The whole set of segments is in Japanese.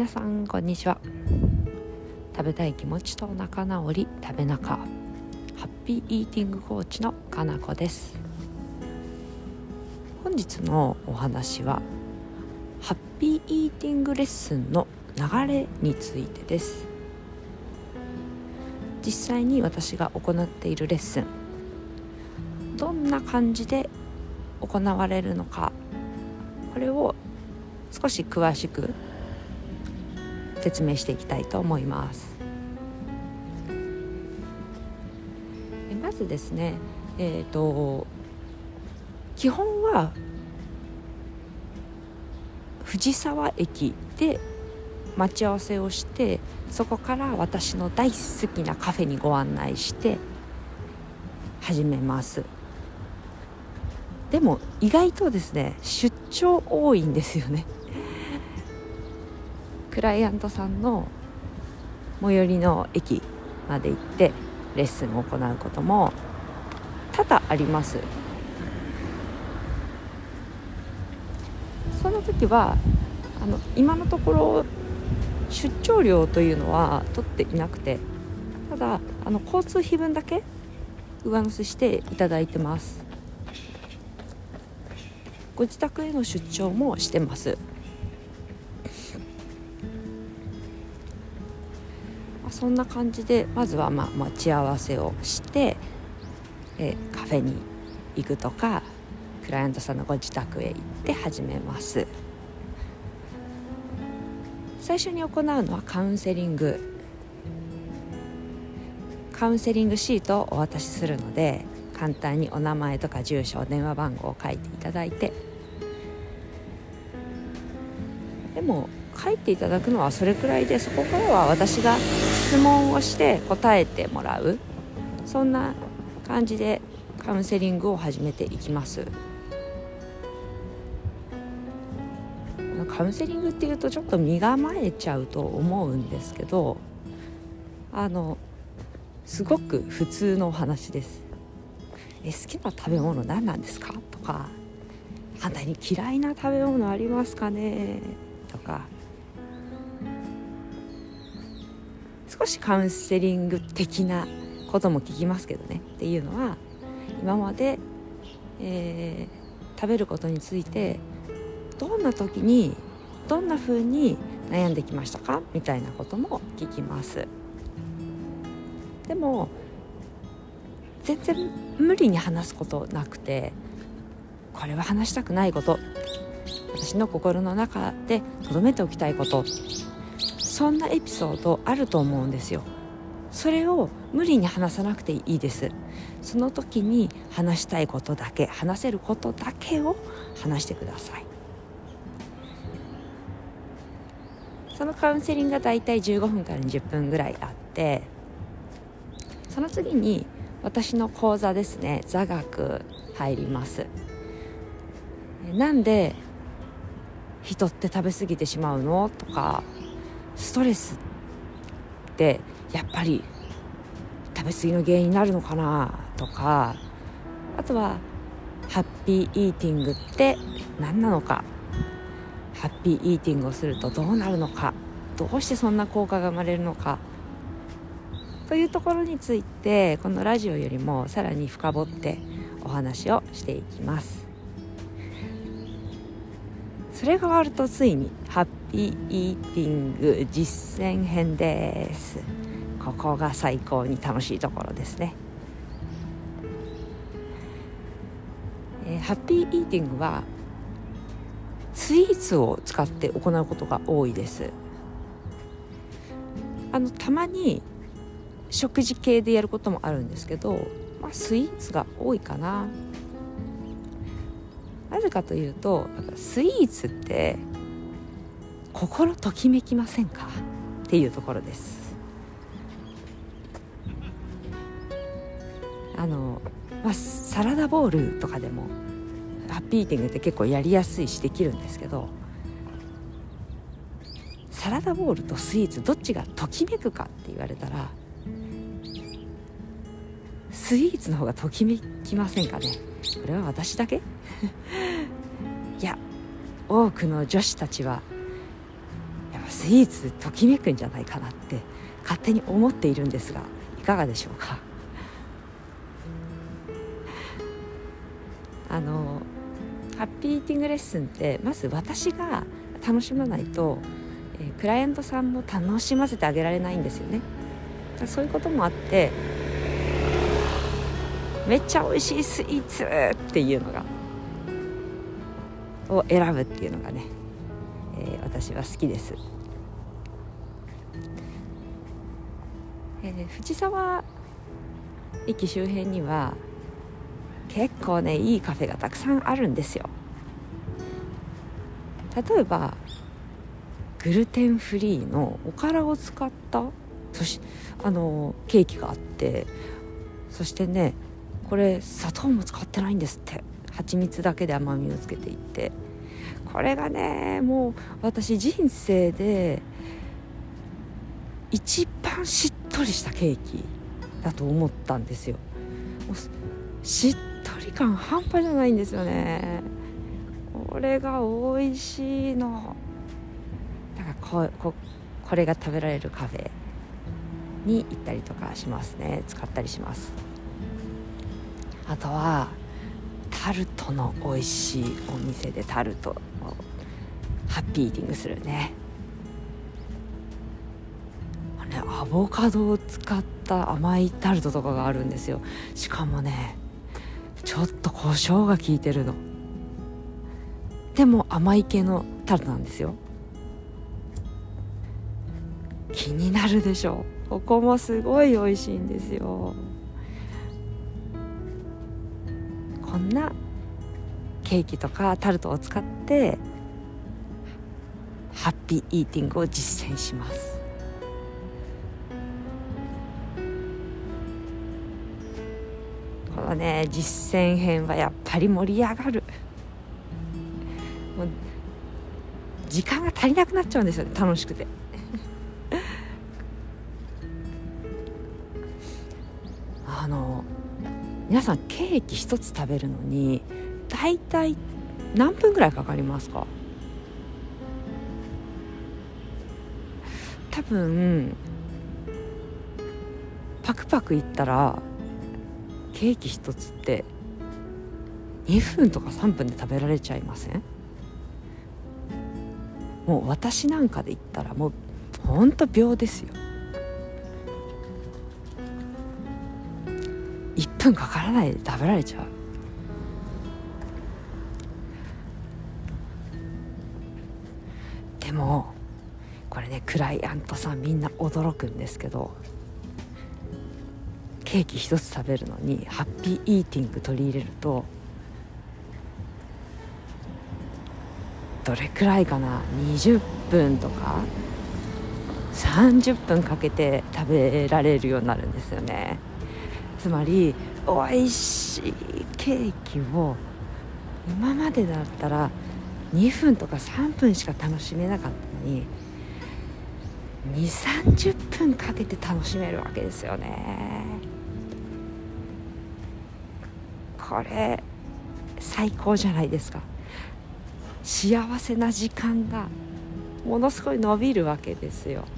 皆さんこんにちは。食べたい気持ちと仲直り食べ仲ハッピーイーティングコーチのかなこです。本日のお話はハッピーイーティングレッスンの流れについてです。実際に私が行っているレッスン、どんな感じで行われるのか、これを少し詳しく説明していきたいと思います。まずですね、基本は藤沢駅で待ち合わせをして、そこから私の大好きなカフェにご案内して始めます。でも意外とですね、出張多いんですよね。クライアントさんの最寄りの駅まで行ってレッスンを行うことも多々あります。その時は今のところ出張料というのは取っていなくて、ただ交通費分だけ上乗せしていただいてます。ご自宅への出張もしてます。そんな感じでまずは待ち合わせをして、カフェに行くとかクライアントさんのご自宅へ行って始めます。最初に行うのはカウンセリングシートをお渡しするので、簡単にお名前とか住所、電話番号を書いていただいて、でも書いていただくのはそれくらいで、そこからは私が質問をして答えてもらう、そんな感じでカウンセリングを始めていきます。カウンセリングっていうとちょっと身構えちゃうと思うんですけど、すごく普通のお話です。好きな食べ物何なんですかとか、反対に嫌いな食べ物ありますかねとか、少しカウンセリング的なことも聞きますけどね。っていうのは、今まで、食べることについてどんな時にどんな風に悩んできましたかみたいなことも聞きます。でも全然無理に話すことなくて、これは話したくないこと、私の心の中で留めておきたいこと、そんなエピソードあると思うんですよ。それを無理に話さなくていいです。その時に話したいことだけ、話せることだけを話してください。そのカウンセリングがだいたい15分から20分ぐらいあって、その次に私の講座ですね、座学入ります。なんで人って食べ過ぎてしまうのとか、ストレスってやっぱり食べ過ぎの原因になるのかなとか、あとはハッピーイーティングって何なのか、ハッピーイーティングをするとどうなるのか、どうしてそんな効果が生まれるのかというところについて、このラジオよりもさらに深掘ってお話をしていきます。それが終わるとついにハッピーイーティング実践編です。ここが最高に楽しいところですね。ハッピーイーティングはスイーツを使って行うことが多いです。たまに食事系でやることもあるんですけど、スイーツが多いかな。なぜかというと、スイーツって心ときめきませんかっていうところです。サラダボウルとかでもハッピーイーティングって結構やりやすいしできるんですけど、サラダボウルとスイーツどっちがときめくかって言われたら、スイーツの方がときめきませんかね。これは私だけいや、多くの女子たちはやっぱススイーツときめくんじゃないかなって勝手に思っているんですが、いかがでしょうか。ハッピーイーティングレッスンってまず私が楽しまないと、クライアントさんも楽しませてあげられないんですよね。そういうこともあって、めっちゃ美味しいスイーツっていうのがを選ぶっていうのがね、私は好きです。藤沢駅周辺には結構ねいいカフェがたくさんあるんですよ。例えばグルテンフリーのおからを使ったケーキがあって、そしてねこれ砂糖も使ってないんですって。蜂蜜だけで甘みをつけていって、これがねもう私人生で一番しっとりしたケーキだと思ったんですよ。もうしっとり感半端じゃないんですよね。これが美味しいのだからこれが食べられるカフェに行ったりとかしますね。使ったりします。あとはタルトの美味しいお店でタルトをハッピーイーティングするね。アボカドを使った甘いタルトとかがあるんですよ。しかもねちょっと胡椒が効いてるの。でも甘い系のタルトなんですよ。気になるでしょ。ここもすごい美味しいんですよ。こんなケーキとかタルトを使ってハッピーイーティングを実践します。このね実践編はやっぱり盛り上がる。もう時間が足りなくなっちゃうんですよね、楽しくて皆さんケーキ一つ食べるのにだいたい何分ぐらいかかりますか？多分パクパクいったらケーキ一つって2分とか3分で食べられちゃいません？もう私なんかで言ったらもうほんと秒ですよ。1分かからないで食べられちゃう。でもこれねクライアントさんみんな驚くんですけど、ケーキ一つ食べるのにハッピーイーティング取り入れるとどれくらいかな、20分とか30分かけて食べられるようになるんですよね。つまり美味しいケーキを今までだったら2分とか3分しか楽しめなかったのに2、30分かけて楽しめるわけですよね。これ最高じゃないですか。幸せな時間がものすごい伸びるわけですよ。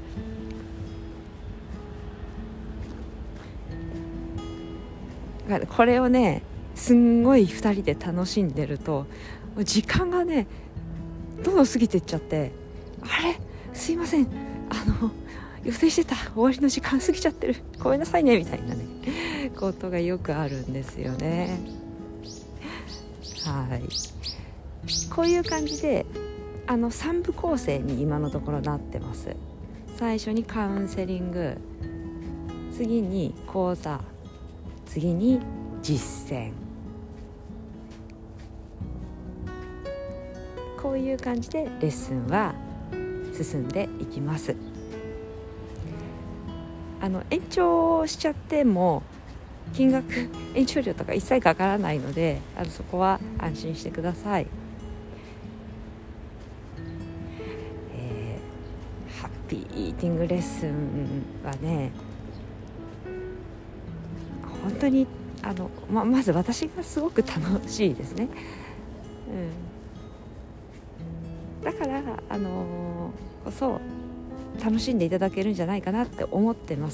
これをねすんごい2人で楽しんでると時間がねどんどん過ぎてっちゃって、あれすいません予定してた終わりの時間過ぎちゃってるごめんなさいねみたいなねことがよくあるんですよね。はい、こういう感じで3部構成に今のところなってます。最初にカウンセリング、次に講座、次に実践、こういう感じでレッスンは進んでいきます。延長しちゃっても金額延長料とか一切かからないのでそこは安心してください。ハッピーイーティングレッスンはね本当にまず私がすごく楽しいですね、だからこそ楽しんでいただけるんじゃないかなって思ってます。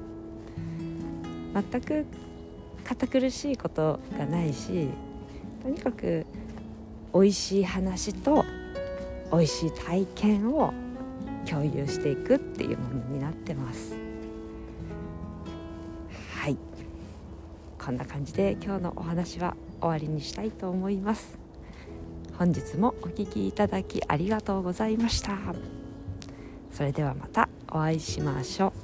全く堅苦しいことがないし、とにかく美味しい話と美味しい体験を共有していくっていうものになってます。はい、こんな感じで今日のお話は終わりにしたいと思います。本日もお聞きいただきありがとうございました。それではまたお会いしましょう。